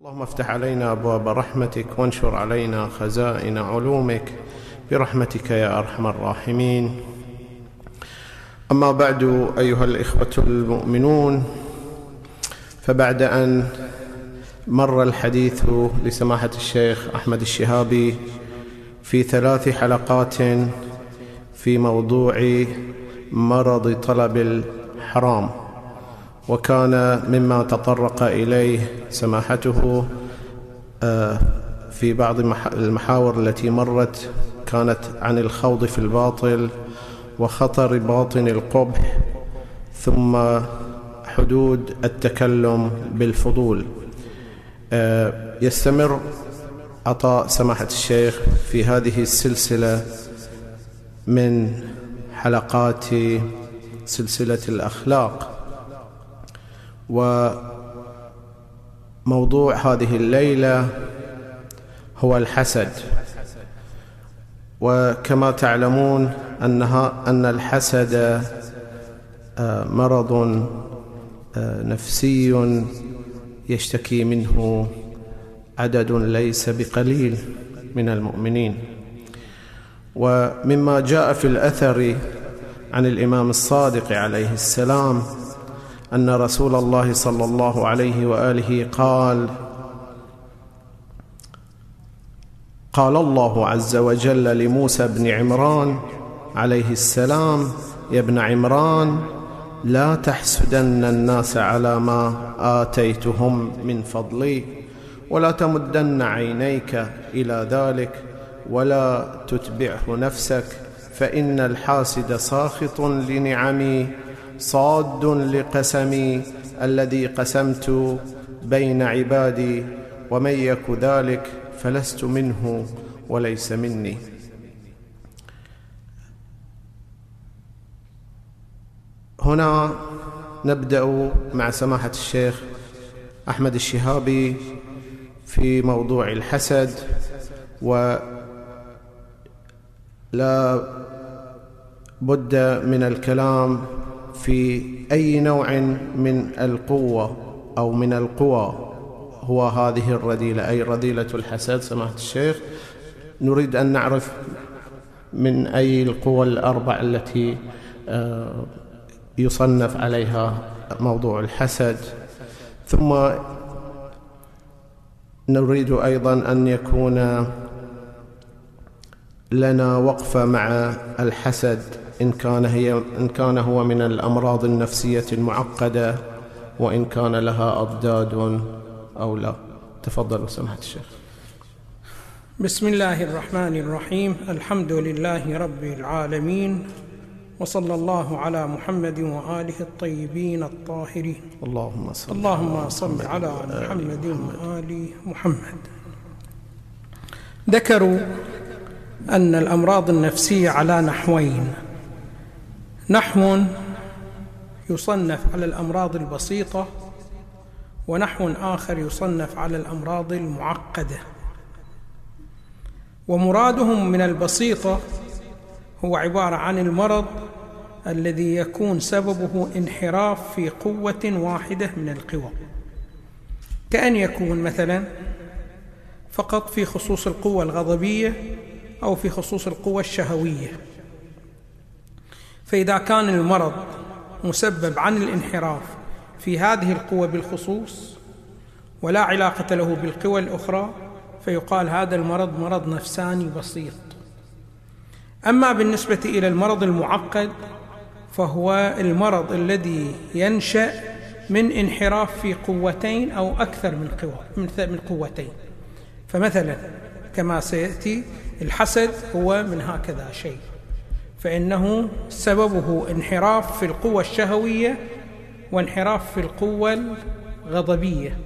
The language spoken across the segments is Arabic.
اللهم افتح علينا أبواب رحمتك وانشر علينا خزائن علومك برحمتك يا أرحم الراحمين. أما بعد، أيها الإخوة المؤمنون، فبعد أن مر الحديث لسماحة الشيخ أحمد الشهابي في 3 حلقات في موضوع مرض طلب الحرام، وكان مما تطرق إليه سماحته في بعض المحاور التي مرت كانت عن الخوض في الباطل وخطر باطن القبح، ثم حدود التكلم بالفضول. يستمر عطاء سماحة الشيخ في هذه السلسلة من حلقات سلسلة الأخلاق، وموضوع هذه الليلة هو الحسد. وكما تعلمون أن الحسد مرض نفسي يشتكي منه عدد ليس بقليل من المؤمنين. ومما جاء في الأثر عن الإمام الصادق عليه السلام أن رسول الله صلى الله عليه وآله قال الله عز وجل لموسى بن عمران عليه السلام: يا ابن عمران، لا تحسدن الناس على ما آتيتهم من فضلي، ولا تمدن عينيك إلى ذلك، ولا تتبعه نفسك، فإن الحاسد ساخط لنعمي صاد لقسمي الذي قسمت بين عبادي، ومن يك ذلك فلست منه وليس مني. هنا نبدأ مع سماحة الشيخ أحمد الشهابي في موضوع الحسد، ولا بد من الكلام في أي نوع من القوة أو من القوى هو هذه الرذيلة، أي رذيلة الحسد. سماحة الشيخ، نريد أن نعرف من أي القوى الأربع التي يصنف عليها موضوع الحسد، ثم نريد أيضا أن يكون لنا وقفة مع الحسد إن كان هو من الأمراض النفسية المعقدة، وإن كان لها أضداد أو لا. تفضلوا سماحة الشيخ. بسم الله الرحمن الرحيم. الحمد لله رب العالمين، وصلى الله على محمد وآله الطيبين الطاهرين. اللهم صل على محمد وآل محمد. ذكروا أن الأمراض النفسية على نحوين: نحو يصنف على الأمراض البسيطة، ونحو آخر يصنف على الأمراض المعقدة. ومرادهم من البسيطة هو عبارة عن المرض الذي يكون سببه انحراف في قوة واحدة من القوى، كأن يكون مثلا فقط في خصوص القوة الغضبية أو في خصوص القوة الشهوية. فإذا كان المرض مسبب عن الانحراف في هذه القوة بالخصوص ولا علاقة له بالقوى الأخرى، فيقال هذا المرض مرض نفساني بسيط. أما بالنسبة إلى المرض المعقد، فهو المرض الذي ينشأ من انحراف في قوتين أو أكثر من قوتين. فمثلا كما سيأتي، الحسد هو من هكذا شيء، فإنه سببه انحراف في القوة الشهوية وانحراف في القوة الغضبية.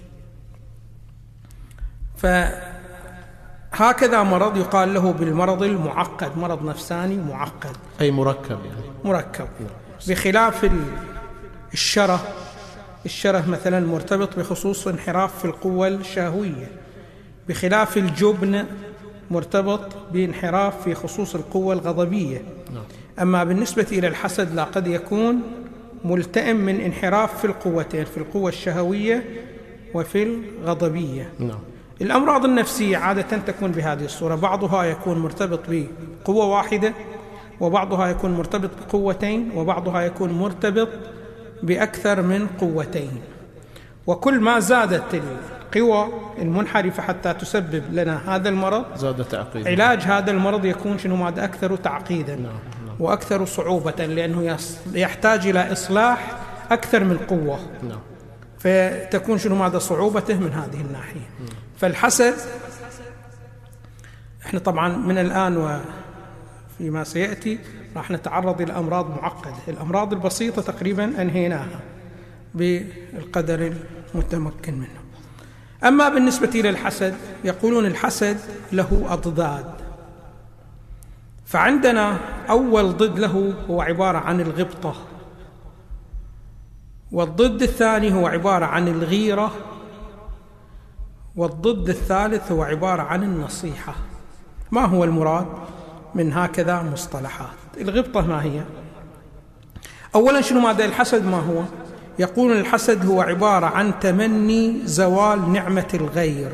فهكذا مرض يقال له بالمرض المعقد، مرض نفساني معقد، أي مركب، يعني مركب. بخلاف الشره مثلا مرتبط بخصوص انحراف في القوة الشهوية، بخلاف الجبن مرتبط بانحراف في خصوص القوة الغضبية. أما بالنسبة إلى الحسد لا، قد يكون ملتئم من انحراف في القوتين، في القوة الشهوية وفي الغضبية. نعم. الأمراض النفسية عادة تكون بهذه الصورة، بعضها يكون مرتبط بقوة واحدة، وبعضها يكون مرتبط بقوتين، وبعضها يكون مرتبط بأكثر من قوتين. وكل ما زادت القوى المنحرفة حتى تسبب لنا هذا المرض زاد تعقيد. علاج هذا المرض يكون ماذا أكثر تعقيدا وأكثر صعوبة، لأنه يحتاج إلى إصلاح أكثر من قوة. فتكون ماذا صعوبته من هذه الناحية. فالحسد احنا طبعا من الآن وفيما سيأتي راح نتعرض إلى أمراض معقدة. الأمراض البسيطة تقريبا أنهيناها بالقدر المتمكن منه. أما بالنسبة للحسد، يقولون الحسد له أضداد. فعندنا أول ضد له هو عبارة عن الغبطة، والضد الثاني هو عبارة عن الغيرة، والضد الثالث هو عبارة عن النصيحة. ما هو المراد من هكذا مصطلحات؟ الغبطة ما هي؟ أولا ماذا الحسد؟ ما هو؟ يقولون الحسد هو عبارة عن تمني زوال نعمة الغير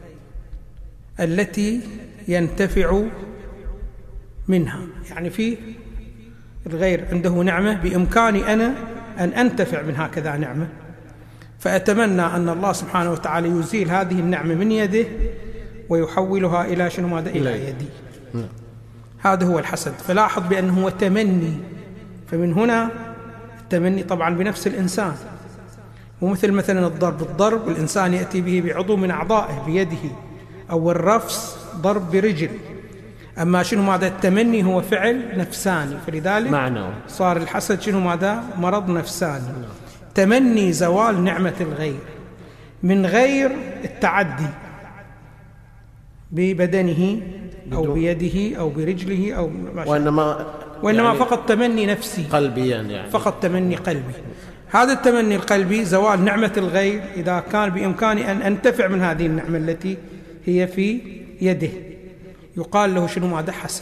التي ينتفع منها. يعني في الغير عنده نعمة بإمكاني أنا أن أنتفع من هكذا نعمة، فأتمنى أن الله سبحانه وتعالى يزيل هذه النعمة من يده ويحولها إلى ماذا؟ إلى يدي. هذا هو الحسد. فلاحظ بأنه هو تمني، فمن هنا التمني طبعا بنفس الإنسان، ومثل مثلا الضرب الإنسان يأتي به بعضو من أعضائه بيده، أو الرفس ضرب برجل. أما ماذا التمني هو فعل نفساني، فلذلك صار الحسد ماذا؟ مرض نفساني. تمني زوال نعمة الغير من غير التعدي ببدنه أو بيده أو برجله أو ما شاء، وإنما يعني فقط تمني نفسي قلبيا، يعني فقط تمني قلبي. هذا التمني القلبي زوال نعمة الغير إذا كان بإمكاني أن أنتفع من هذه النعمة التي هي في يده، يقال له ماذا؟ حسد.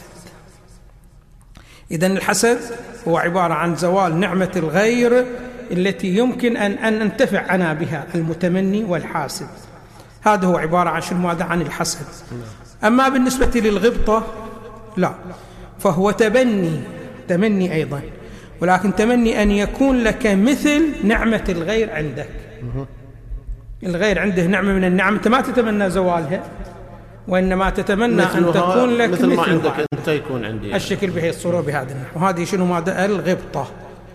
إذن الحسد هو عبارة عن زوال نعمة الغير التي يمكن أن أنتفع أنا بها، المتمني والحاسد. هذا هو عبارة عن ماذا؟ عن الحسد. أما بالنسبة للغبطة لا، فهو تمني أيضا، ولكن تمني أن يكون لك مثل نعمة الغير عندك. الغير عنده نعمة من النعم، أنت ما تتمنى زوالها، وإنما تتمنى أن تكون لك مثل ما عندك أنت يكون عندي الشكل بهذه الصورة بهذا النحو. وهذه ماذا؟ الغبطة.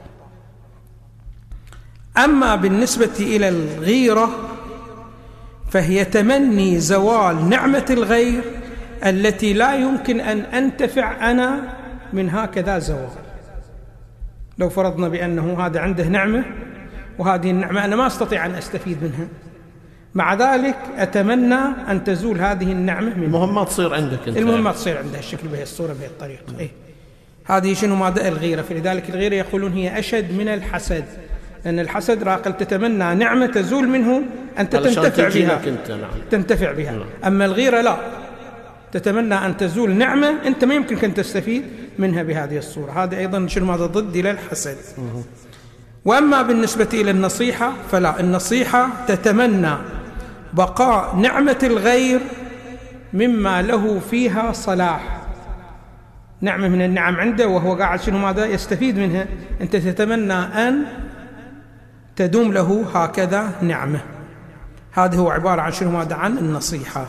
أما بالنسبة إلى الغيرة فهي تمني زوال نعمة الغير التي لا يمكن أن أنتفع أنا من هكذا زوال. لو فرضنا بأنه هذا عنده نعمة وهذه النعمة أنا ما أستطيع أن أستفيد منها، مع ذلك أتمنى أن تزول هذه النعمة منه. المهم ما تصير عندك أنت، المهم ما تصير عنده الشكل بهذه الصورة بهذه الطريقة. هذه ماذا؟ الغيرة. فلذلك الغيرة يقولون هي أشد من الحسد، لأن الحسد راقل تتمنى نعمة تزول منه أنت تنتفع بها، تنتفع بها. أما الغيرة لا، تتمنى أن تزول نعمة أنت ما يمكن أن تستفيد منها بهذه الصورة. هذا أيضا ماذا؟ ضد إلى الحسد. وأما بالنسبة إلى النصيحة فلا، النصيحة تتمنى بقاء نعمة الغير مما له فيها صلاح، نعمة من النعم عنده وهو قاعد ماذا؟ يستفيد منها، أنت تتمنى أن تدوم له هكذا نعمة. هذا هو عبارة عن ماذا؟ عن النصيحة.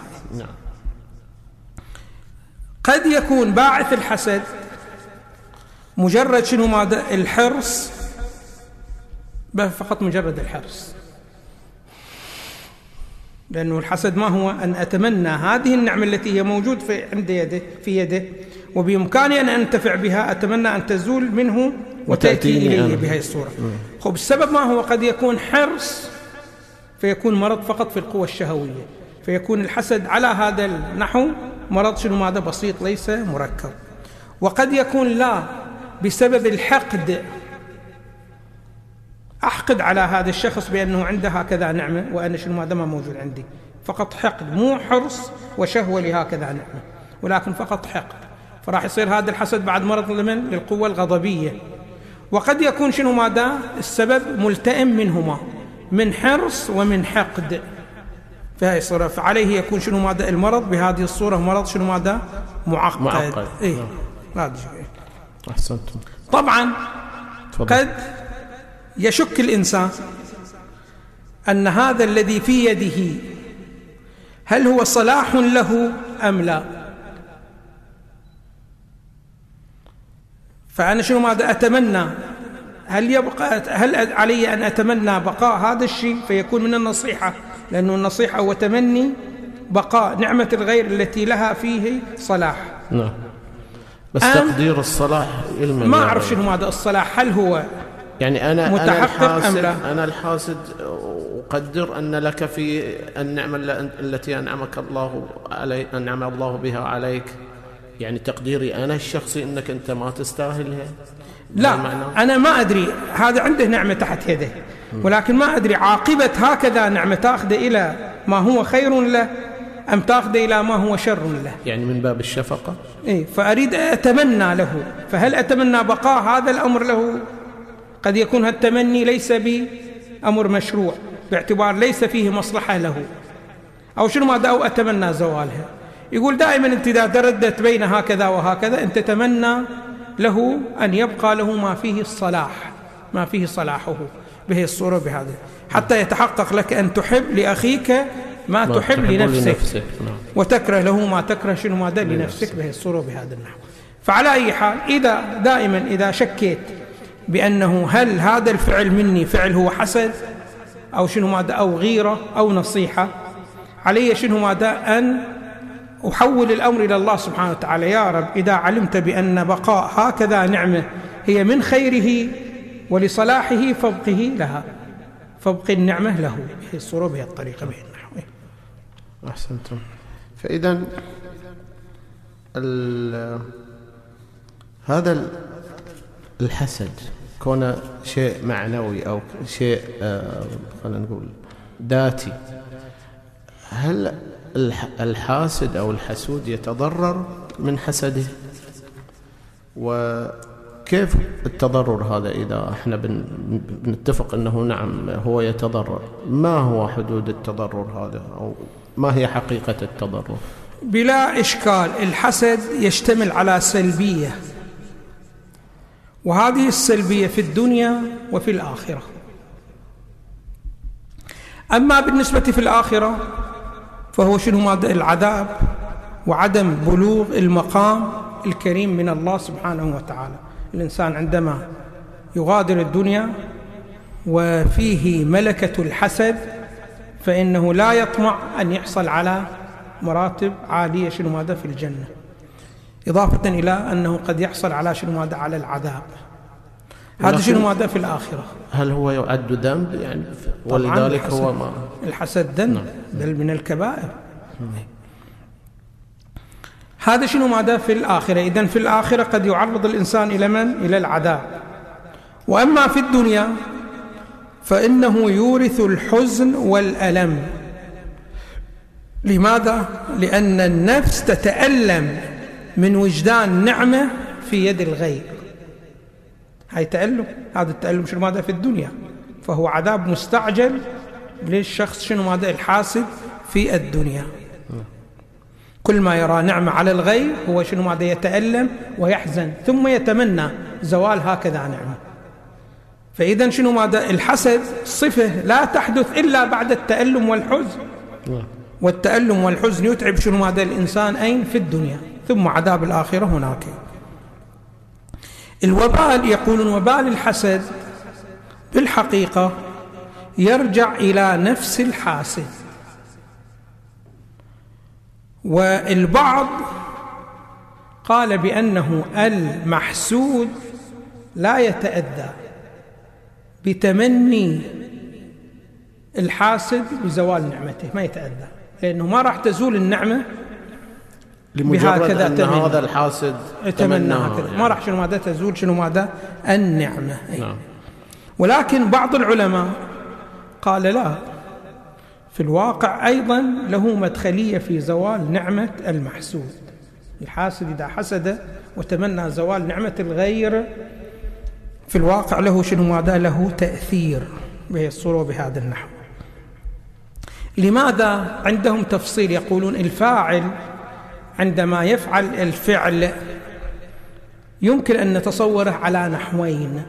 قد يكون باعث الحسد مجرد ماذا؟ الحرص، فقط مجرد الحرص. لأنه الحسد ما هو؟ أن أتمنى هذه النعمة التي هي موجود في يده وبإمكاني أن أنتفع بها، أتمنى أن تزول منه وتأتي إليه بهذه الصورة. السبب ما هو؟ قد يكون حرص فيكون مرض فقط في القوى الشهوية، فيكون الحسد على هذا النحو مرض ماذا؟ بسيط ليس مركب. وقد يكون لا، بسبب الحقد، أحقد على هذا الشخص بأنه عنده هكذا نعمة وأنا ماذا؟ ما موجود عندي، فقط حقد، مو حرص وشهوة لهكذا نعمة، ولكن فقط حقد، فراح يصير هذا الحسد بعد مرض للقوة الغضبية. وقد يكون ماذا؟ السبب ملتئم منهما، من حرص ومن حقد، في هذه الصورة، فعليه يكون شنو ماذا المرض بهذه الصورة مرض شنو ماذا معقد. إيه هذا شيء. أحسنتم. طبعا قد يشك الإنسان أن هذا الذي في يده هل هو صلاح له أم لا. فأنا شنو ماذا أتمنى، هل علي أن أتمنى بقاء هذا الشيء فيكون من النصيحة، لأنه النصيحة هو تمني بقاء نعمة الغير التي لها فيه صلاح. نعم. بس تقدير الصلاح ما أعرف شنو ماذا الصلاح، هل هو يعني متحقق أم لا. أنا الحاسد أقدر أن لك في النعمة التي أنعم الله بها عليك، يعني تقديري أنا الشخصي أنك أنت ما تستاهلها. لا أنا ما أدري، هذا عنده نعمة تحت يده، ولكن ما أدري عاقبة هكذا نعمة تأخذ إلى ما هو خير له أم تأخذ إلى ما هو شر له، يعني من باب الشفقة. إيه، فأريد أتمنى له، فهل أتمنى بقاء هذا الأمر له؟ قد يكون التمني ليس بأمر مشروع باعتبار ليس فيه مصلحة له، أو شنو ماذا، أو أتمنى زوالها. يقول دائما أنت إذا ترددت بين هكذا وهكذا أنت تتمنى له أن يبقى له ما فيه الصلاح، ما فيه صلاحه بهذه الصورة بهذا، حتى يتحقق لك أن تحب لأخيك ما تحب لنفسك وتكره له ما تكره شنو ماذا لنفسك بهذه الصورة بهذا النحو. فعلى أي حال إذا شكيت بأنه هل هذا الفعل مني فعل هو حسد أو شنو ماذا أو غيرة أو نصيحة، علي شنو ماذا أن أحول الأمر إلى الله سبحانه وتعالى. يا رب إذا علمت بأن بقاء هكذا نعمة هي من خيره ولصلاحه فابقه لها، فابق النعمة له بهذه الصورة بهذه الطريقة بهذه النحو. أحسنتم. فإذا هذا الحسد كون شيء معنوي أو شيء خلينا نقول ذاتي، هل الحاسد أو الحسود يتضرر من حسده؟ وكيف التضرر هذا إذا احنا بنتفق أنه نعم هو يتضرر؟ ما هو حدود التضرر هذا أو ما هي حقيقة التضرر؟ بلا إشكال الحسد يشتمل على سلبية، وهذه السلبية في الدنيا وفي الآخرة. أما بالنسبة في الآخرة فهو شنو ماذا العذاب وعدم بلوغ المقام الكريم من الله سبحانه وتعالى. الإنسان عندما يغادر الدنيا وفيه ملكة الحسد فإنه لا يطمع أن يحصل على مراتب عالية شنو ماذا في الجنة، إضافة إلى أنه قد يحصل على شنو ماذا على العذاب. هذا شنو ماذا في الآخرة. هل هو يعد ذنب يعني؟ ولذلك هو ما الحسد ذنب بل من الكبائر. هذا شنو ماذا في الآخرة. إذن في الآخرة قد يعرض الإنسان إلى من؟ إلى العذاب. وأما في الدنيا فإنه يورث الحزن والألم. لماذا؟ لأن النفس تتألم من وجدان نعمة في يد الغير. هاي تألم، هذا التألم شنو ماذا في الدنيا، فهو عذاب مستعجل للشخص شنو ماذا الحاسد في الدنيا. كل ما يرى نعمة على الغير هو شنو ماذا يتألم ويحزن ثم يتمنى زوال هكذا نعمة. فإذا شنو ماذا الحسد صفة لا تحدث إلا بعد التألم والحزن، والتألم والحزن يتعب شنو ماذا الإنسان أين في الدنيا، ثم عذاب الآخرة هناك. الوبال يقولون وبال الحسد بالحقيقة يرجع إلى نفس الحاسد، والبعض قال بأنه المحسود لا يتأذى بتمني الحاسد بزوال نعمته، ما يتأذى، لأنه ما راح تزول النعمة لمجرد أن هذا الحاسد تمنى هكذا، ما راح شنو ماذا تزول شنو ماذا النعمة. نعم. ولكن بعض العلماء قال لا، في الواقع أيضا له مدخلية في زوال نعمة المحسود. الحاسد إذا حسد وتمنى زوال نعمة الغير في الواقع له شنو ماذا له تأثير بهذه الصورة وبهذا النحو. لماذا عندهم تفصيل؟ يقولون الفاعل عندما يفعل الفعل يمكن أن نتصوره على نحوين.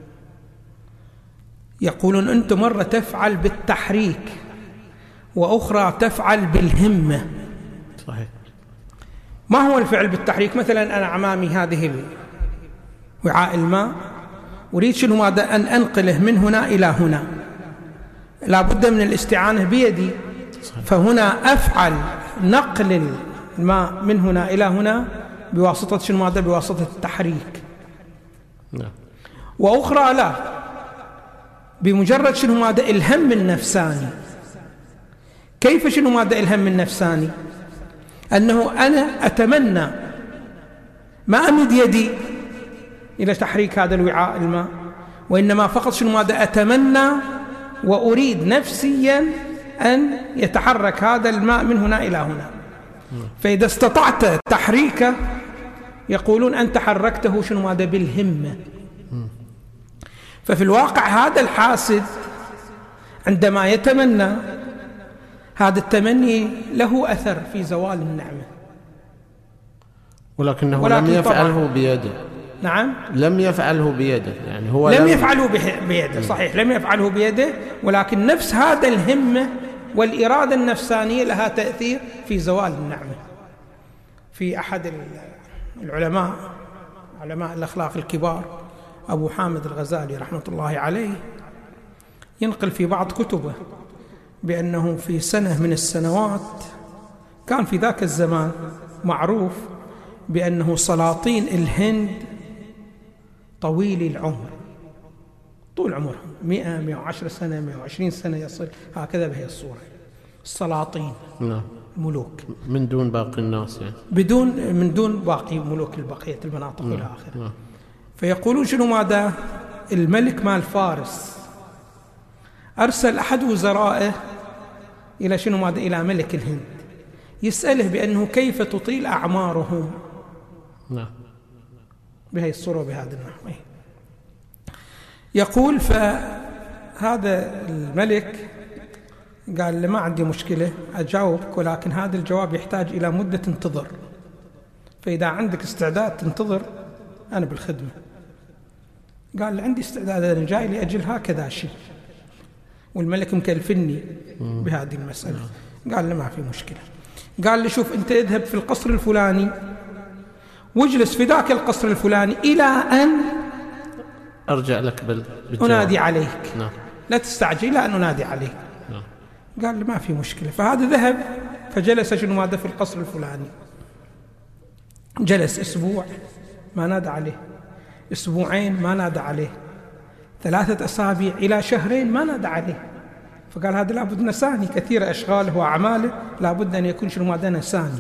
يقولون أنت مرة تفعل بالتحريك وأخرى تفعل بالهمة. صحيح. ما هو الفعل بالتحريك؟ مثلا أنا أمامي هذه وعاء الماء، أريد شنو ماذا؟ أن أنقله من هنا إلى هنا، لا بد من الاستعانة بيدي. فهنا أفعل نقل الماء من هنا إلى هنا بواسطة شنو ماذا؟ بواسطة التحريك. وأخرى لا، بمجرد شنو ماذا؟ الهم النفساني. كيف شنو ماذا الهم النفساني؟ أنه أنا أتمنى، ما أمد يدي إلى تحريك هذا الوعاء الماء، وإنما فقط شنو ماذا؟ أتمنى وأريد نفسيا أن يتحرك هذا الماء من هنا إلى هنا. فإذا استطعت تحريكه يقولون أنت حركته شنو ماذا؟ بالهمة. ففي الواقع هذا الحاسد عندما يتمنى، هذا التمني له أثر في زوال النعمة، ولكنه لم يفعله بيده. نعم، لم يفعله بيده، يعني هو لم يفعله بيده. صحيح، لم يفعله بيده، ولكن نفس هذا الهمة والإرادة النفسانية لها تأثير في زوال النعمة. في أحد العلماء، علماء الأخلاق الكبار، أبو حامد الغزالي رحمة الله عليه، ينقل في بعض كتبه بأنه في سنة من السنوات كان في ذاك الزمان معروف بأنه سلاطين الهند طويل العمر، طول عمرهم 100 110 سنة 120 سنة يصل هكذا بهي الصورة، السلاطين. نعم. ملوك من دون باقي الناس، يعني من دون باقي ملوك البقية المناطق إلى آخره. فيقولون شنو ماذا؟ الملك مال فارس أرسل أحد وزرائه إلى شنو ماذا؟ إلى ملك الهند، يسأله بأنه كيف تطيل أعمارهم. نعم. بهذه الصورة وبهذا النحو. يقول فهذا الملك قال له ما عندي مشكلة أجاوبك، ولكن هذا الجواب يحتاج إلى مدة انتظر، فإذا عندك استعداد تنتظر أنا بالخدمة. قال له عندي استعداد، أنا جاي لأجل هكذا شيء، والملك مكلفني بهذه المسألة. قال له ما في مشكلة. قال له شوف، أنت اذهب في القصر الفلاني واجلس في ذاك القصر الفلاني إلى أن أرجع لك بالجواب. أنادي عليك. نعم. لا تستعجل إلى أن أنادي عليك. نعم. قال له ما في مشكلة. فهذا ذهب فجلس شنو ماذا؟ في القصر الفلاني. جلس أسبوع ما نادى عليه، أسبوعين ما نادى عليه، 3 أسابيع إلى شهرين ما نادى عليه. فقال هذا لابد نساني، كثير أشغاله وأعماله، لابد أن يكون شنو ماذا؟ نساني.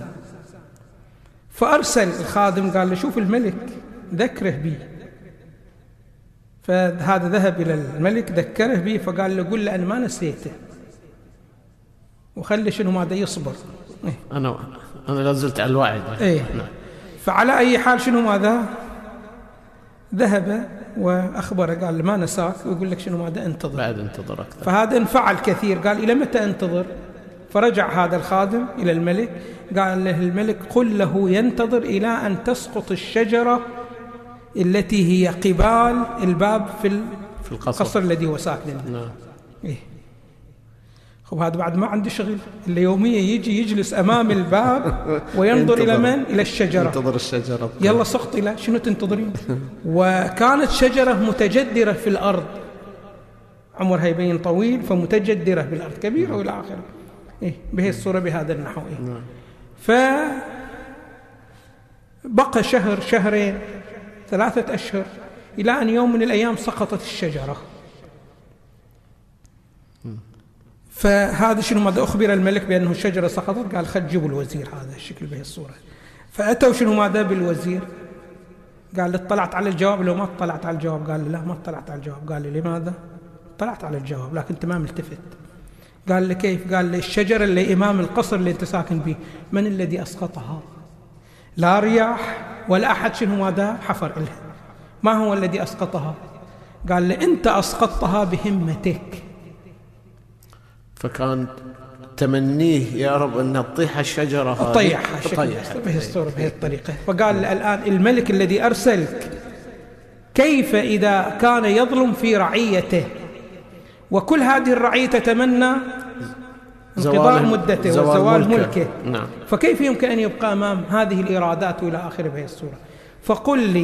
فأرسل الخادم قال له شوف الملك ذكره بي. فهذا ذهب إلى الملك ذكره بي، فقال له قل له أنا ما نسيته، وخلي شنو ماذا؟ يصبر. أنا لازلت على الوعد. نعم. فعلى أي حال شنو ماذا؟ ذهب وأخبره، قال له ما نساك، ويقول لك شنو ماذا؟ انتظر. بعد انتظر أكثر. فهذا انفعل كثير، قال إلى متى انتظر؟ فرجع هذا الخادم إلى الملك، قال له الملك قل له ينتظر إلى أن تسقط الشجرة التي هي قبال الباب في القصر الذي هو ساكن. نعم. خب هذا بعد ما عنده شغل إلا يوميا يجي يجلس أمام الباب وينظر إلى من؟ إلى الشجرة. ينتظر الشجرة. يلا سقط. إلى شنو تنتظرين؟ وكانت شجرة متجدرة في الأرض، عمرها يبين طويل، فمتجدرة بالأرض كبيرة وإلى آخره. بهي الصورة بهذا النحو. فبقى شهر، شهرين، 3 أشهر، إلى أن يوم من الأيام سقطت الشجرة. فهذا شنو ماذا؟ أخبر الملك بأنه الشجرة سقطت. قال خل جيبوا الوزير هذا الشكل بهي الصورة. فأتوا شنو ماذا؟ بالوزير. قال اطلعت على الجواب؟ لو ما اطلعت على الجواب. قال لا ما اطلعت على الجواب. قال لي لماذا؟ اطلعت على الجواب لكن أنت ما ملتفت. قال لي كيف؟ قال لي الشجرة اللي إمام القصر اللي أنت ساكن به من الذي أسقطها؟ لا رياح ولا أحد شنو ماذا؟ حفر لها. ما هو الذي أسقطها؟ قال لي أنت أسقطتها بهمتك. فكان تمنيه يا رب أن تطيح الشجرة هذه، تطيحها بهذه الصورة بهذه الطريقة. فقال الآن الملك الذي أرسلك كيف إذا كان يظلم في رعيته وكل هذه الرعية تتمنى انقضاء مدته وزوال ملكه؟ نعم. فكيف يمكن أن يبقى أمام هذه الإرادات وإلى آخره بهذه الصورة؟ فقل لي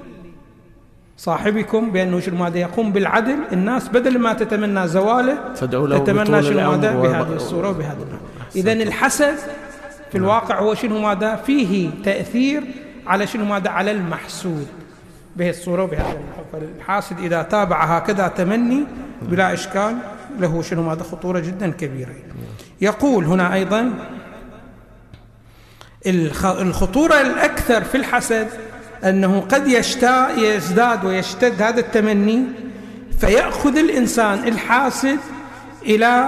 صاحبكم بأنه شنو ماذا يقوم بالعدل، الناس بدل ما تتمنى زواله تتمنى شنو ماذا بهذه الصورة وبهذا النحو. إذن الحسد في الواقع هو شنو ماذا فيه تأثير على شنو ماذا على المحسود به الصورة وبهذا النحو. فالحاسد إذا تابع هكذا تمني بلا إشكال له شنو ماذا خطورة جدا كبيرة. يقول هنا أيضا الخطورة الأكثر في الحسد أنه قد يزداد ويشتد هذا التمني فيأخذ الإنسان الحاسد إلى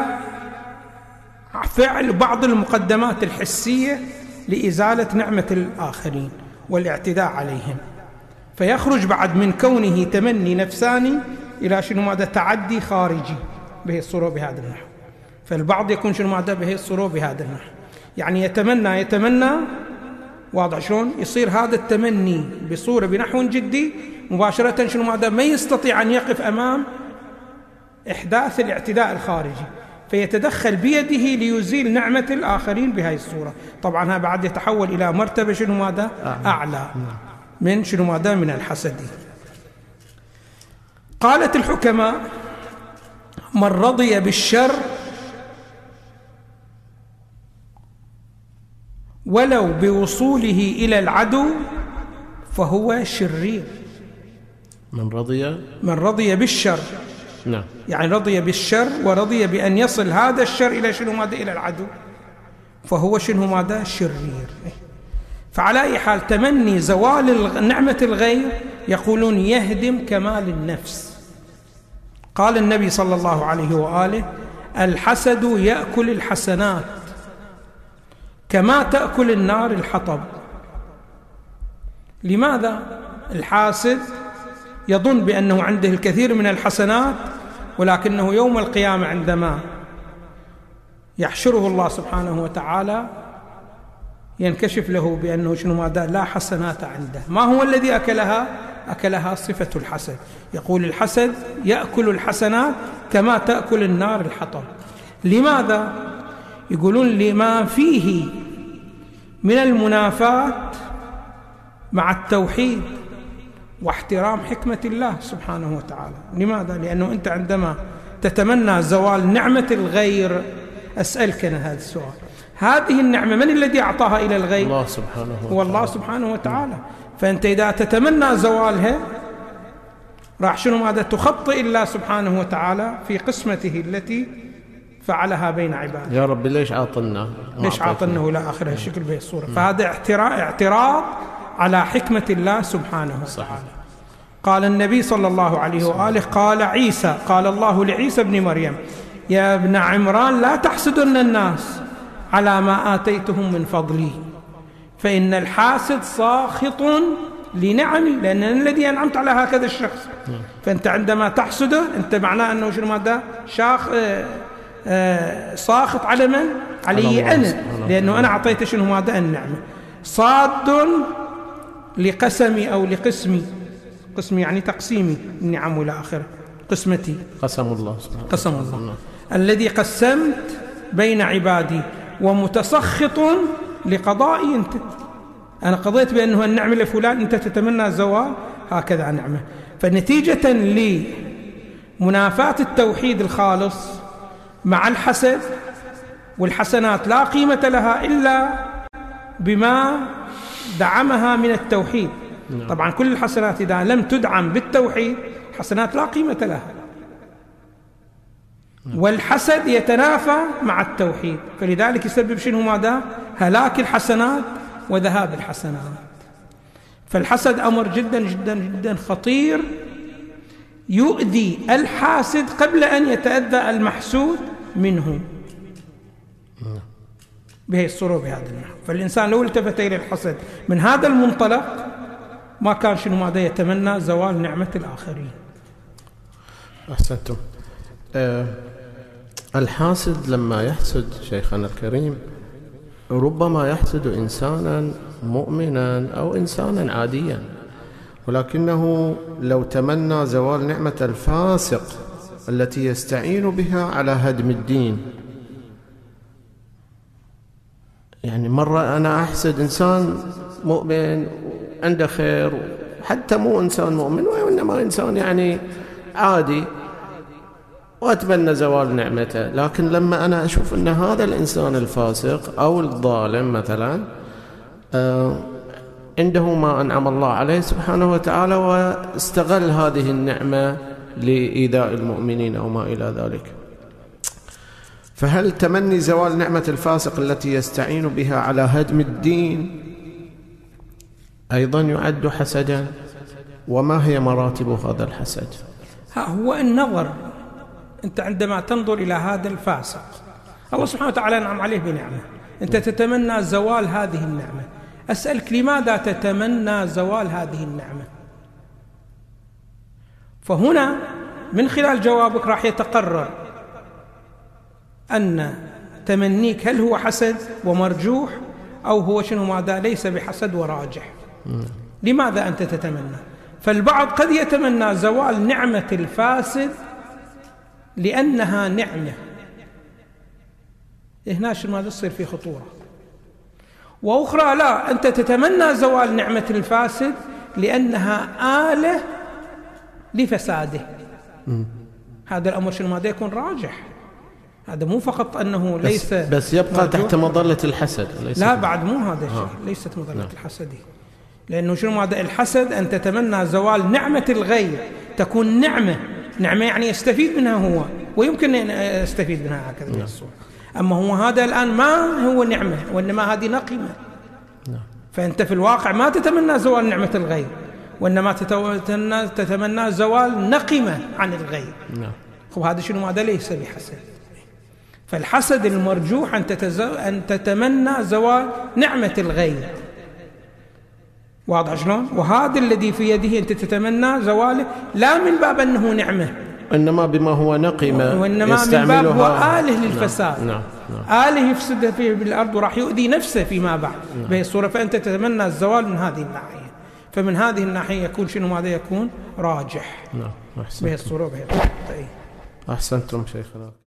فعل بعض المقدمات الحسية لإزالة نعمة الآخرين والاعتداء عليهم، فيخرج بعد من كونه تمني نفساني إلى شنو ماذا تعدي خارجي به الصورة بهذا النحو. فالبعض يكون شنو ماذا به الصورة بهذا النحو، يعني يتمنى واضح شلون يصير هذا التمني بصورة بنحو جدي مباشرة شنو ماذا ما يستطيع أن يقف أمام إحداث الاعتداء الخارجي فيتدخل بيده ليزيل نعمة الآخرين بهذه الصورة. طبعا هذا بعد يتحول إلى مرتبة شنو ماذا أعلى من شنو ماذا من الحسد. قالت الحكماء من رضي بالشر ولو بوصوله إلى العدو فهو شرير. من رضي بالشر، نعم، يعني رضي بالشر ورضي بأن يصل هذا الشر إلى شنو ماذا إلى العدو فهو شنو ماذا شرير. فعلى أي حال تمني زوال نعمة الغير يقولون يهدم كمال النفس. قال النبي صلى الله عليه وآله الحسد يأكل الحسنات كما تأكل النار الحطب. لماذا؟ الحاسد يظن بأنه عنده الكثير من الحسنات ولكنه يوم القيامة عندما يحشره الله سبحانه وتعالى ينكشف له بأنه شنو ماذا لا حسنات عنده. ما هو الذي أكلها صفة الحسد. يقول الحسد يأكل الحسنات كما تأكل النار الحطب. لماذا؟ يقولون لما فيه من المنافاة مع التوحيد واحترام حكمة الله سبحانه وتعالى. لماذا؟ لأنه أنت عندما تتمنى زوال نعمة الغير، أسألك أنا هذا السؤال، هذه النعمة من الذي أعطاها إلى الغير؟ الله سبحانه وتعالى. هو الله سبحانه وتعالى. فأنت إذا تتمنى زوالها راح شنو ماذا تخطئ الله سبحانه وتعالى في قسمته التي فعلها بين عباده. يا رب ليش عاطلنا إلى آخر الشكل به الصورة. فهذا اعتراض على حكمة الله سبحانه وتعالى. قال النبي صلى الله عليه وآله قال الله لعيسى بن مريم يا ابن عمران لا تحسدن الناس على ما آتيتهم من فضلي فإن الحاسد ساخط لنعمي، لأن الذي أنعمت على هكذا الشخص. فأنت عندما تحسده أنت معناه أنه شنو ماذا ساخط على من؟ علي أنا، لأنه أنا أعطيت شنو ماذا النعمة. صاد لقسمي أو لقسمي، قسمي يعني تقسيمي النعم إلى آخره، قسمتي قسم الله الذي قسمت بين عبادي، ومتسخط لقضائي أنت، أنا قضيت بأنه النعمة لفلان أنت تتمنى زوال هكذا نعمة. فنتيجة لمنافاة التوحيد الخالص مع الحسد، والحسنات لا قيمة لها إلا بما دعمها من التوحيد. طبعا كل الحسنات إذا لم تدعم بالتوحيد حسنات لا قيمة لها، والحسد يتنافى مع التوحيد، فلذلك يسبب شنو ماذا هلاك الحسنات وذهاب الحسنات. فالحسد أمر جدا جدا جدا خطير يؤذي الحاسد قبل أن يتأذى المحسود منه بهذه الصورة بهذا النحو. فالإنسان لو التفت إلى الحسد من هذا المنطلق ما كان شنو ماذا يتمنى زوال نعمة الآخرين. أحسنتم. الحاسد لما يحسد شيخنا الكريم ربما يحسد إنسانا مؤمنا أو إنسانا عاديا، ولكنه لو تمنى زوال نعمة الفاسق التي يستعين بها على هدم الدين. يعني مرة أنا أحسد إنسان مؤمن عنده خير، حتى مو إنسان مؤمن وإنما إنسان يعني عادي، وأتمنى زوال نعمته. لكن لما أنا أشوف أن هذا الإنسان الفاسق أو الظالم مثلا عنده ما أنعم الله عليه سبحانه وتعالى واستغل هذه النعمة لإيذاء المؤمنين أو ما إلى ذلك، فهل تمني زوال نعمة الفاسق التي يستعين بها على هدم الدين أيضا يعد حسدا؟ وما هي مراتب هذا الحسد؟ هو النظر. أنت عندما تنظر إلى هذا الفاسق، الله سبحانه وتعالى أنعم عليه بنعمة، أنت تتمنى زوال هذه النعمة. أسألك لماذا تتمنى زوال هذه النعمة؟ فهنا من خلال جوابك راح يتقرر أن تمنيك هل هو حسد ومرجوح أو هو شنو ماذا ليس بحسد وراجح. لماذا أنت تتمنى؟ فالبعض قد يتمنى زوال نعمة الفاسد لأنها نعمة، هنا شنو ماذا تصير في خطورة. وأخرى لا، أنت تتمنى زوال نعمة الفاسد لأنها آلة لفساده. هذا الأمر شنو ماذا يكون راجح، هذا مو فقط أنه ليس بس يبقى تحت مظلة الحسد. لا بعد مو هذا الشيء، ليست مظلة الحسد، لأنه شنو ماذا الحسد أن تتمنى زوال نعمة الغير، تكون نعمة يعني يستفيد منها هو ويمكن أن يستفيد منها هكذا من الصورة. أما هو هذا الآن ما هو نعمة وإنما هذه نقمة، فأنت في الواقع ما تتمنى زوال نعمة الغير وإنما تتمنى زوال نقمة عن الغير. وهذا شنو هذا ليس بحسد. فالحسد المرجوح أن تتمنى زوال نعمة الغير، واضح شلون؟ وهذا الذي في يده أنت تتمنى زواله لا من باب أنه نعمة، إنما بما هو نقمة وإنما من باب هو آله للفساد. آله يفسد فيه بالأرض وراح يؤذي نفسه فيما بعد بهذه الصورة. فأنت تتمنى الزوال من هذه الناحية، فمن هذه الناحية يكون شنو ماذا يكون راجح بهذه الصورة. أحسنتم شيخنا.